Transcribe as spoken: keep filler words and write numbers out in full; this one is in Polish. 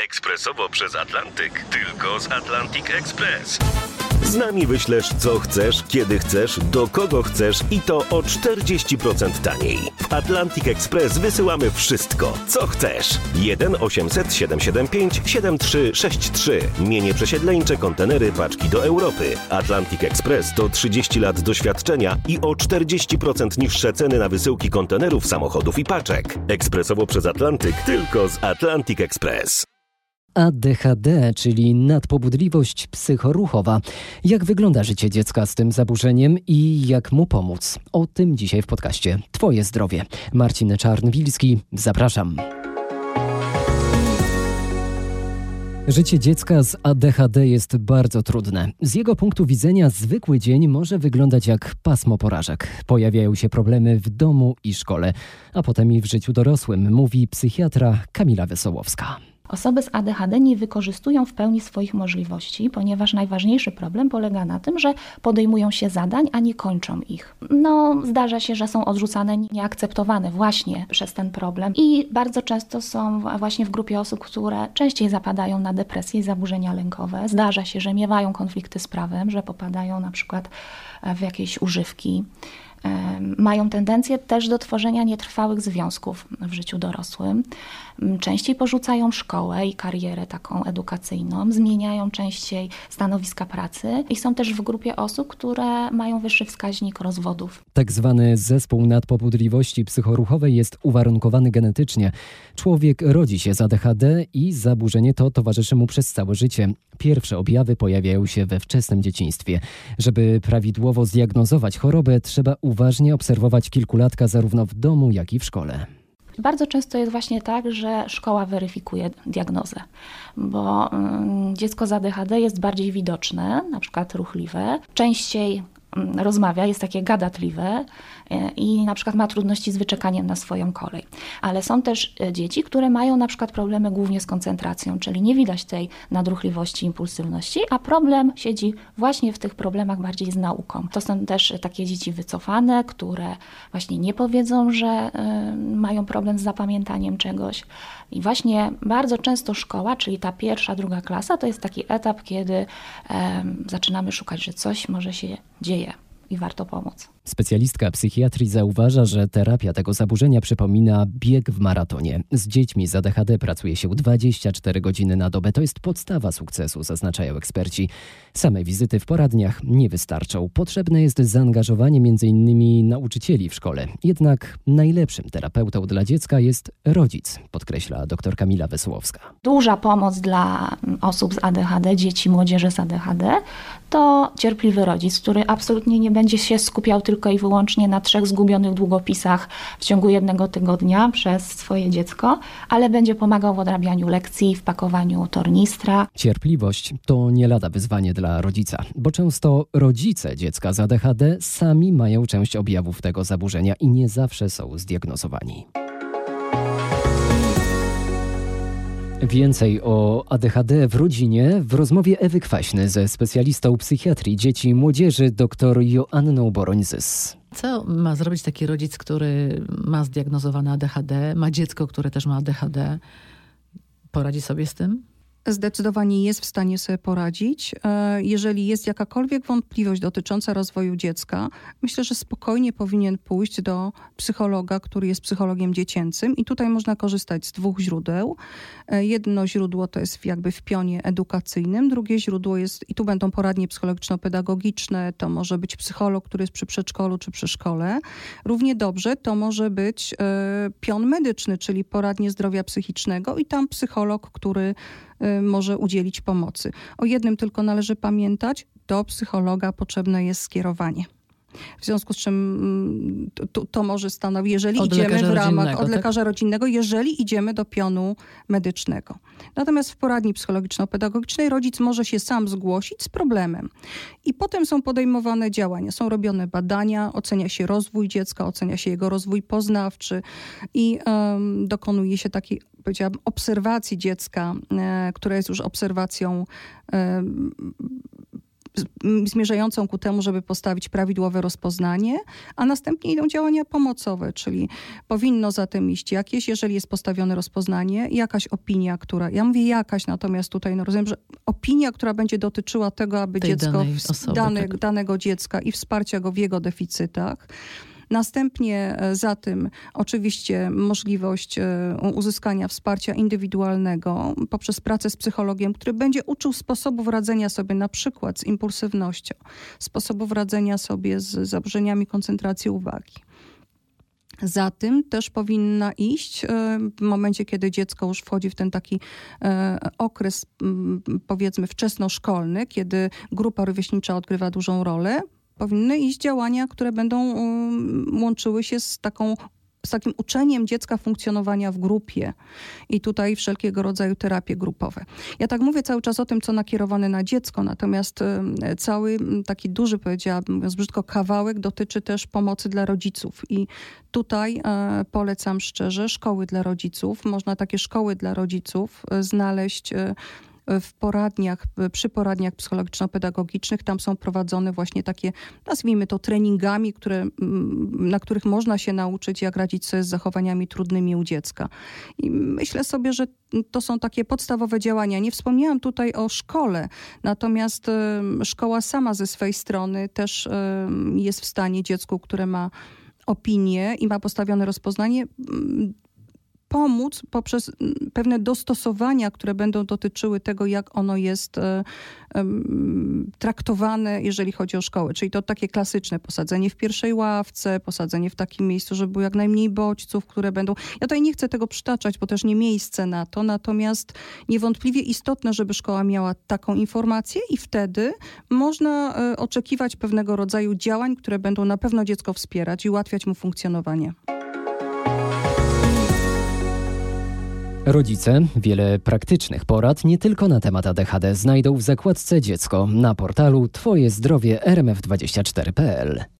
Ekspresowo przez Atlantyk. Tylko z Atlantic Express. Z nami wyślesz co chcesz, kiedy chcesz, do kogo chcesz i to o czterdzieści procent taniej. W Atlantic Express wysyłamy wszystko, co chcesz. jeden osiemset siedemset siedemdziesiąt pięć siedemdziesiąt trzy sześćdziesiąt trzy. Mienie przesiedleńcze, kontenery, paczki do Europy. Atlantic Express to trzydzieści lat doświadczenia i o czterdzieści procent niższe ceny na wysyłki kontenerów, samochodów i paczek. Ekspresowo przez Atlantyk, tylko z Atlantic Express. A D H D, czyli nadpobudliwość psychoruchowa. Jak wygląda życie dziecka z tym zaburzeniem i jak mu pomóc? O tym dzisiaj w podcaście Twoje zdrowie. Marcin Czarnwilski, zapraszam. Życie dziecka z A D H D jest bardzo trudne. Z jego punktu widzenia zwykły dzień może wyglądać jak pasmo porażek. Pojawiają się problemy w domu i szkole, a potem i w życiu dorosłym, mówi psychiatra Kamila Wesołowska. Osoby z A D H D nie wykorzystują w pełni swoich możliwości, ponieważ najważniejszy problem polega na tym, że podejmują się zadań, a nie kończą ich. No, zdarza się, że są odrzucane, nieakceptowane właśnie przez ten problem i bardzo często są właśnie w grupie osób, które częściej zapadają na depresję i zaburzenia lękowe. Zdarza się, że miewają konflikty z prawem, że popadają na przykład w jakieś używki. Mają tendencję też do tworzenia nietrwałych związków w życiu dorosłym. Częściej porzucają szkołę i karierę taką edukacyjną, zmieniają częściej stanowiska pracy i są też w grupie osób, które mają wyższy wskaźnik rozwodów. Tak zwany zespół nadpobudliwości psychoruchowej jest uwarunkowany genetycznie. Człowiek rodzi się z A D H D i zaburzenie to towarzyszy mu przez całe życie. Pierwsze objawy pojawiają się we wczesnym dzieciństwie. Żeby prawidłowo zdiagnozować chorobę, trzeba uważnie obserwować kilkulatka zarówno w domu, jak i w szkole. Bardzo często jest właśnie tak, że szkoła weryfikuje diagnozę, bo dziecko z A D H D jest bardziej widoczne, na przykład ruchliwe, częściej rozmawia, jest takie gadatliwe i na przykład ma trudności z wyczekaniem na swoją kolej. Ale są też dzieci, które mają na przykład problemy głównie z koncentracją, czyli nie widać tej nadruchliwości, impulsywności, a problem siedzi właśnie w tych problemach bardziej z nauką. To są też takie dzieci wycofane, które właśnie nie powiedzą, że y, mają problem z zapamiętaniem czegoś. I właśnie bardzo często szkoła, czyli ta pierwsza, druga klasa, to jest taki etap, kiedy y, zaczynamy szukać, że coś może się dzieje i warto pomóc. Specjalistka psychiatrii zauważa, że terapia tego zaburzenia przypomina bieg w maratonie. Z dziećmi z A D H D pracuje się dwadzieścia cztery godziny na dobę. To jest podstawa sukcesu, zaznaczają eksperci. Same wizyty w poradniach nie wystarczą. Potrzebne jest zaangażowanie między innymi nauczycieli w szkole. Jednak najlepszym terapeutą dla dziecka jest rodzic, podkreśla dr Kamila Wesołowska. Duża pomoc dla osób z A D H D, dzieci, młodzieży z A D H D, to cierpliwy rodzic, który absolutnie nie będzie się skupiał tylko i wyłącznie na trzech zgubionych długopisach w ciągu jednego tygodnia przez swoje dziecko, ale będzie pomagał w odrabianiu lekcji, w pakowaniu tornistra. Cierpliwość to nie lada wyzwanie dla rodzica, bo często rodzice dziecka z A D H D sami mają część objawów tego zaburzenia i nie zawsze są zdiagnozowani. Więcej o A D H D w rodzinie w rozmowie Ewy Kwaśny ze specjalistą psychiatrii dzieci i młodzieży dr Joanną Boroń-Zys. Co ma zrobić taki rodzic, który ma zdiagnozowane A D H D, ma dziecko, które też ma A D H D? Poradzi sobie z tym? Zdecydowanie jest w stanie sobie poradzić. Jeżeli jest jakakolwiek wątpliwość dotycząca rozwoju dziecka, myślę, że spokojnie powinien pójść do psychologa, który jest psychologiem dziecięcym i tutaj można korzystać z dwóch źródeł. Jedno źródło to jest jakby w pionie edukacyjnym, drugie źródło jest, i tu będą poradnie psychologiczno-pedagogiczne, to może być psycholog, który jest przy przedszkolu czy przy szkole. Równie dobrze to może być pion medyczny, czyli poradnie zdrowia psychicznego i tam psycholog, który może udzielić pomocy. O jednym tylko należy pamiętać, do psychologa potrzebne jest skierowanie. W związku z czym to, to może stanowić, jeżeli od idziemy w ramach od tak? lekarza rodzinnego, jeżeli idziemy do pionu medycznego. Natomiast w poradni psychologiczno-pedagogicznej rodzic może się sam zgłosić z problemem. I potem są podejmowane działania, są robione badania, ocenia się rozwój dziecka, ocenia się jego rozwój poznawczy i um, dokonuje się takiej, powiedziałabym, obserwacji dziecka, e, która jest już obserwacją e, zmierzającą ku temu, żeby postawić prawidłowe rozpoznanie, a następnie idą działania pomocowe, czyli powinno za tym iść jakieś, jeżeli jest postawione rozpoznanie, jakaś opinia, która, ja mówię jakaś, natomiast tutaj no rozumiem, że opinia, która będzie dotyczyła tego, aby Tej dziecko, danej osoby, dane, tak. danego dziecka i wsparcia go w jego deficytach. Następnie za tym oczywiście możliwość uzyskania wsparcia indywidualnego poprzez pracę z psychologiem, który będzie uczył sposobów radzenia sobie na przykład z impulsywnością, sposobów radzenia sobie z zaburzeniami koncentracji uwagi. Za tym też powinna iść w momencie, kiedy dziecko już wchodzi w ten taki okres, powiedzmy, wczesnoszkolny, kiedy grupa rówieśnicza odgrywa dużą rolę, powinny iść działania, które będą łączyły się z taką z takim uczeniem dziecka funkcjonowania w grupie i tutaj wszelkiego rodzaju terapie grupowe. Ja tak mówię cały czas o tym, co nakierowane na dziecko, natomiast cały taki duży, powiedziałabym, mówiąc brzydko, kawałek dotyczy też pomocy dla rodziców i tutaj e, polecam szczerze szkoły dla rodziców. Można takie szkoły dla rodziców znaleźć e, w poradniach, przy poradniach psychologiczno-pedagogicznych. Tam są prowadzone właśnie takie, nazwijmy to, treningami, które, na których można się nauczyć, jak radzić sobie z zachowaniami trudnymi u dziecka. I myślę sobie, że to są takie podstawowe działania. Nie wspomniałam tutaj o szkole, natomiast szkoła sama ze swej strony też jest w stanie dziecku, które ma opinię i ma postawione rozpoznanie, pomóc poprzez pewne dostosowania, które będą dotyczyły tego, jak ono jest e, e, traktowane, jeżeli chodzi o szkołę. Czyli to takie klasyczne posadzenie w pierwszej ławce, posadzenie w takim miejscu, żeby było jak najmniej bodźców, które będą... Ja tutaj nie chcę tego przytaczać, bo też nie miejsce na to, natomiast niewątpliwie istotne, żeby szkoła miała taką informację i wtedy można e, oczekiwać pewnego rodzaju działań, które będą na pewno dziecko wspierać i ułatwiać mu funkcjonowanie. Rodzice wiele praktycznych porad nie tylko na temat A D H D znajdą w zakładce Dziecko na portalu twoje zdrowie r m f dwadzieścia cztery kropka p l.